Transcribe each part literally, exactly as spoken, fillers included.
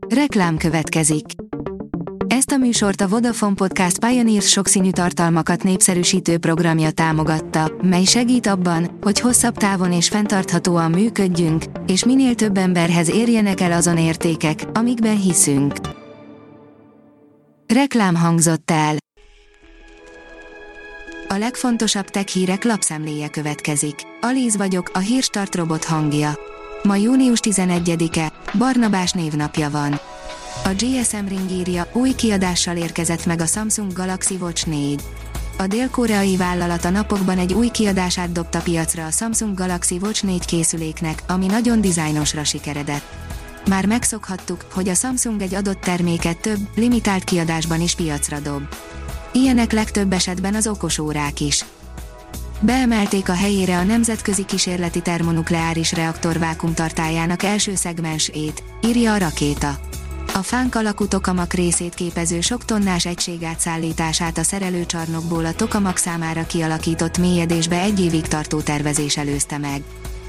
Reklám következik. Ezt a műsort a Vodafone Podcast Pioneers sokszínű tartalmakat népszerűsítő programja támogatta, mely segít abban, hogy hosszabb távon és fenntarthatóan működjünk, és minél több emberhez érjenek el azon értékek, amikben hiszünk. Reklám hangzott el. A legfontosabb tech hírek lapszemléje következik. Alíz vagyok, a Hírstart robot hangja. Ma június tizenegyedike, Barnabás névnapja van. A gé es em Ring írja, új kiadással érkezett meg a Samsung Galaxy Watch négy. A dél-koreai vállalat a napokban egy új kiadását dobta piacra a Samsung Galaxy Watch négy készüléknek, ami nagyon dizájnosra sikeredett. Már megszokhattuk, hogy a Samsung egy adott terméket több, limitált kiadásban is piacra dob. Ilyenek legtöbb esetben az okosórák is. Beemelték a helyére a nemzetközi kísérleti termonukleáris reaktor vákuumtartályának első szegmensét, írja a Rakéta. A fánk alakú tokamak részét képező sok tonnás egység átszállítását a szerelőcsarnokból a tokamak számára kialakított mélyedésbe egy évig tartó tervezés előzte meg.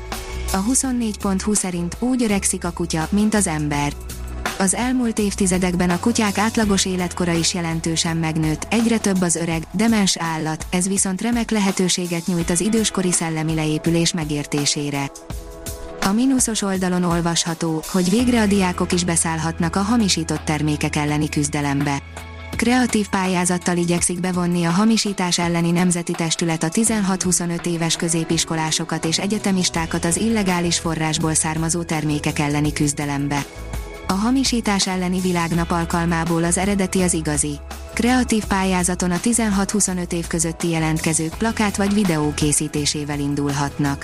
A huszonnégy pont hu szerint úgy öregszik a kutya, mint az ember. Az elmúlt évtizedekben a kutyák átlagos életkora is jelentősen megnőtt, egyre több az öreg, demens állat, ez viszont remek lehetőséget nyújt az időskori szellemi leépülés megértésére. A mínuszos oldalon olvasható, hogy végre a diákok is beszállhatnak a hamisított termékek elleni küzdelembe. Kreatív pályázattal igyekszik bevonni a hamisítás elleni nemzeti testület a tizenhat-huszonöt éves középiskolásokat és egyetemistákat az illegális forrásból származó termékek elleni küzdelembe. A hamisítás elleni világnap alkalmából az eredeti az igazi. Kreatív pályázaton a tizenhat-huszonöt év közötti jelentkezők plakát vagy videó készítésével indulhatnak.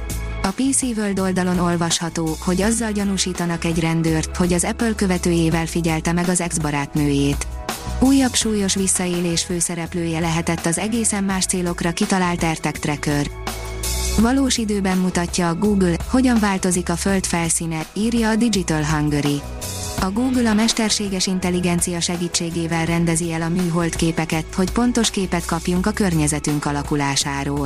A pé cé World oldalon olvasható, hogy azzal gyanúsítanak egy rendőrt, hogy az Apple követőjével figyelte meg az ex-barátnőjét. Újabb súlyos visszaélés főszereplője lehetett az egészen más célokra kitalált AirTag Tracker. Valós időben mutatja a Google, hogyan változik a Föld felszíne, írja a Digital Hungary. A Google a mesterséges intelligencia segítségével rendezi el a műhold képeket, hogy pontos képet kapjunk a környezetünk alakulásáról.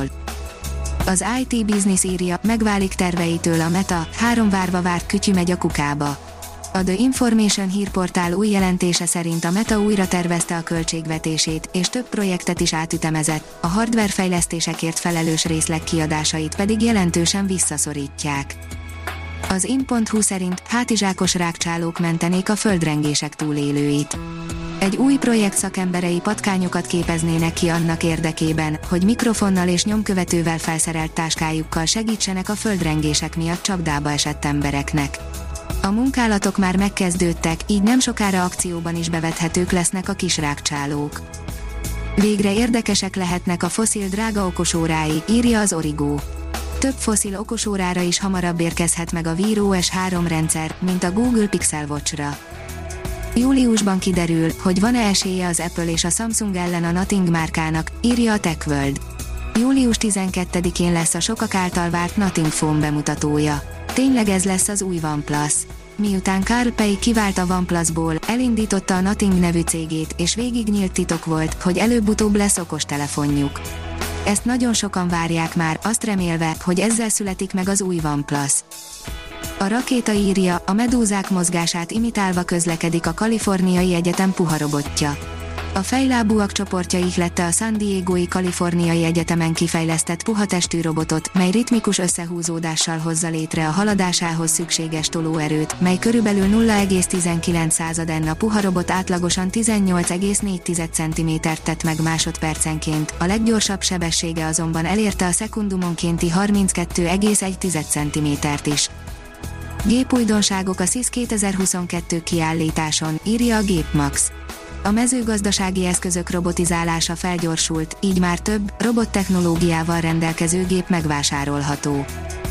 Az i té Business írja, megválik terveitől a Meta, három várva várt kütyű megy a kukába. A The Information hírportál új jelentése szerint a Meta újra tervezte a költségvetését, és több projektet is átütemezett, a hardware fejlesztésekért felelős részleg kiadásait pedig jelentősen visszaszorítják. Az in pont hu szerint hátizsákos rákcsálók mentenék a földrengések túlélőit. Egy új projekt szakemberei patkányokat képeznének ki annak érdekében, hogy mikrofonnal és nyomkövetővel felszerelt táskájukkal segítsenek a földrengések miatt csapdába esett embereknek. A munkálatok már megkezdődtek, így nem sokára akcióban is bevethetők lesznek a kis rákcsálók. Végre érdekesek lehetnek a foszil drága okosórái, írja az Origo. Több foszil okosórára is hamarabb érkezhet meg a Wear o es három rendszer, mint a Google Pixel Watch-ra. Júliusban kiderül, hogy van-e esélye az Apple és a Samsung ellen a Nothing márkának, írja a TechWorld. július tizenkettedikén lesz a sokak által várt Nothing Phone bemutatója. Tényleg ez lesz az új OnePlus. Miután Carl Pei kivált a OnePlusból, elindította a Nothing nevű cégét, és végig nyílt titok volt, hogy előbb-utóbb lesz okostelefonjuk. Ezt nagyon sokan várják már, azt remélve, hogy ezzel születik meg az új OnePlus. A Rakéta írja, a medúzák mozgását imitálva közlekedik a Kaliforniai Egyetem puha robotja. A fejlábúak csoportja ihlette a San Diegói Kaliforniai Egyetemen kifejlesztett puha testű robotot, mely ritmikus összehúzódással hozza létre a haladásához szükséges tolóerőt, mely körülbelül nulla egész tizenkilenc en. A puha robot átlagosan tizennyolc egész négy centimétert tett meg másodpercenként, a leggyorsabb sebessége azonban elérte a szekundumonkénti harminckettő egész egy centimétert is. Gépújdonságok a es i es kétezer-huszonkettő kiállításon, írja a Gépmax. A mezőgazdasági eszközök robotizálása felgyorsult, így már több, robottechnológiával rendelkező gép megvásárolható.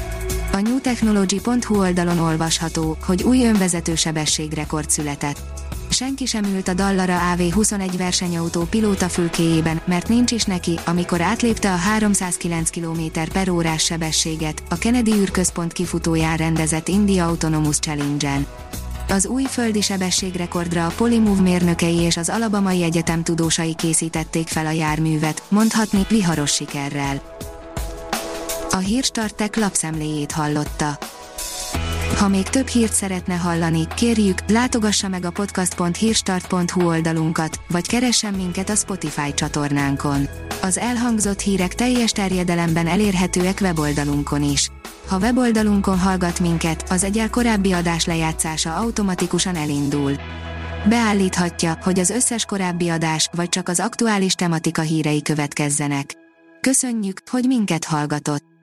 A newtechnology pont hu oldalon olvasható, hogy új önvezető sebességrekord született. Senki sem ült a Dallara á vé huszonegy versenyautó pilótafülkéjében, mert nincs is neki, amikor átlépte a háromszázkilenc kilométer per órás sebességet, a Kennedy űrközpont kifutóján rendezett India Autonomous Challenge-en. Az új földi sebességrekordra a Polymove mérnökei és az Alabamai Egyetem tudósai készítették fel a járművet, mondhatni viharos sikerrel. A Hírstart Tech lapszemléjét hallotta. Ha még több hírt szeretne hallani, kérjük, látogassa meg a podcast pont hírstart pont hu oldalunkat, vagy keressen minket a Spotify csatornánkon. Az elhangzott hírek teljes terjedelemben elérhetőek weboldalunkon is. Ha weboldalunkon hallgat minket, az egyel korábbi adás lejátszása automatikusan elindul. Beállíthatja, hogy az összes korábbi adás, vagy csak az aktuális tematika hírei következzenek. Köszönjük, hogy minket hallgatott!